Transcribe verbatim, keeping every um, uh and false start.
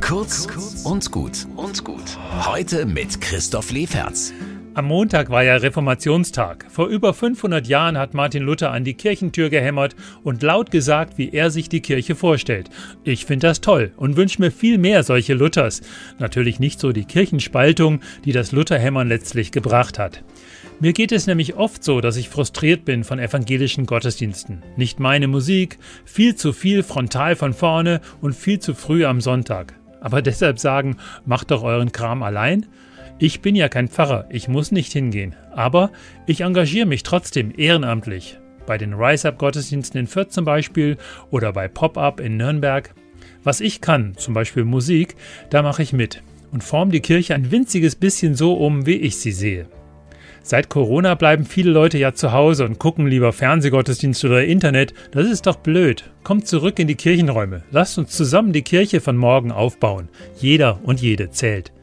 Kurz und gut und gut. Heute mit Christoph Leferz. Am Montag war ja Reformationstag. Vor über fünfhundert Jahren hat Martin Luther an die Kirchentür gehämmert und laut gesagt, wie er sich die Kirche vorstellt. Ich finde das toll und wünsche mir viel mehr solche Luthers. Natürlich nicht so die Kirchenspaltung, die das Lutherhämmern letztlich gebracht hat. Mir geht es nämlich oft so, dass ich frustriert bin von evangelischen Gottesdiensten. Nicht meine Musik, viel zu viel frontal von vorne und viel zu früh am Sonntag. Aber deshalb sagen, macht doch euren Kram allein? Ich bin ja kein Pfarrer, ich muss nicht hingehen. Aber ich engagiere mich trotzdem ehrenamtlich. Bei den Rise-Up-Gottesdiensten in Fürth zum Beispiel oder bei Pop-Up in Nürnberg. Was ich kann, zum Beispiel Musik, da mache ich mit und forme die Kirche ein winziges bisschen so um, wie ich sie sehe. Seit Corona bleiben viele Leute ja zu Hause und gucken lieber Fernsehgottesdienste oder Internet. Das ist doch blöd. Kommt zurück in die Kirchenräume. Lasst uns zusammen die Kirche von morgen aufbauen. Jeder und jede zählt.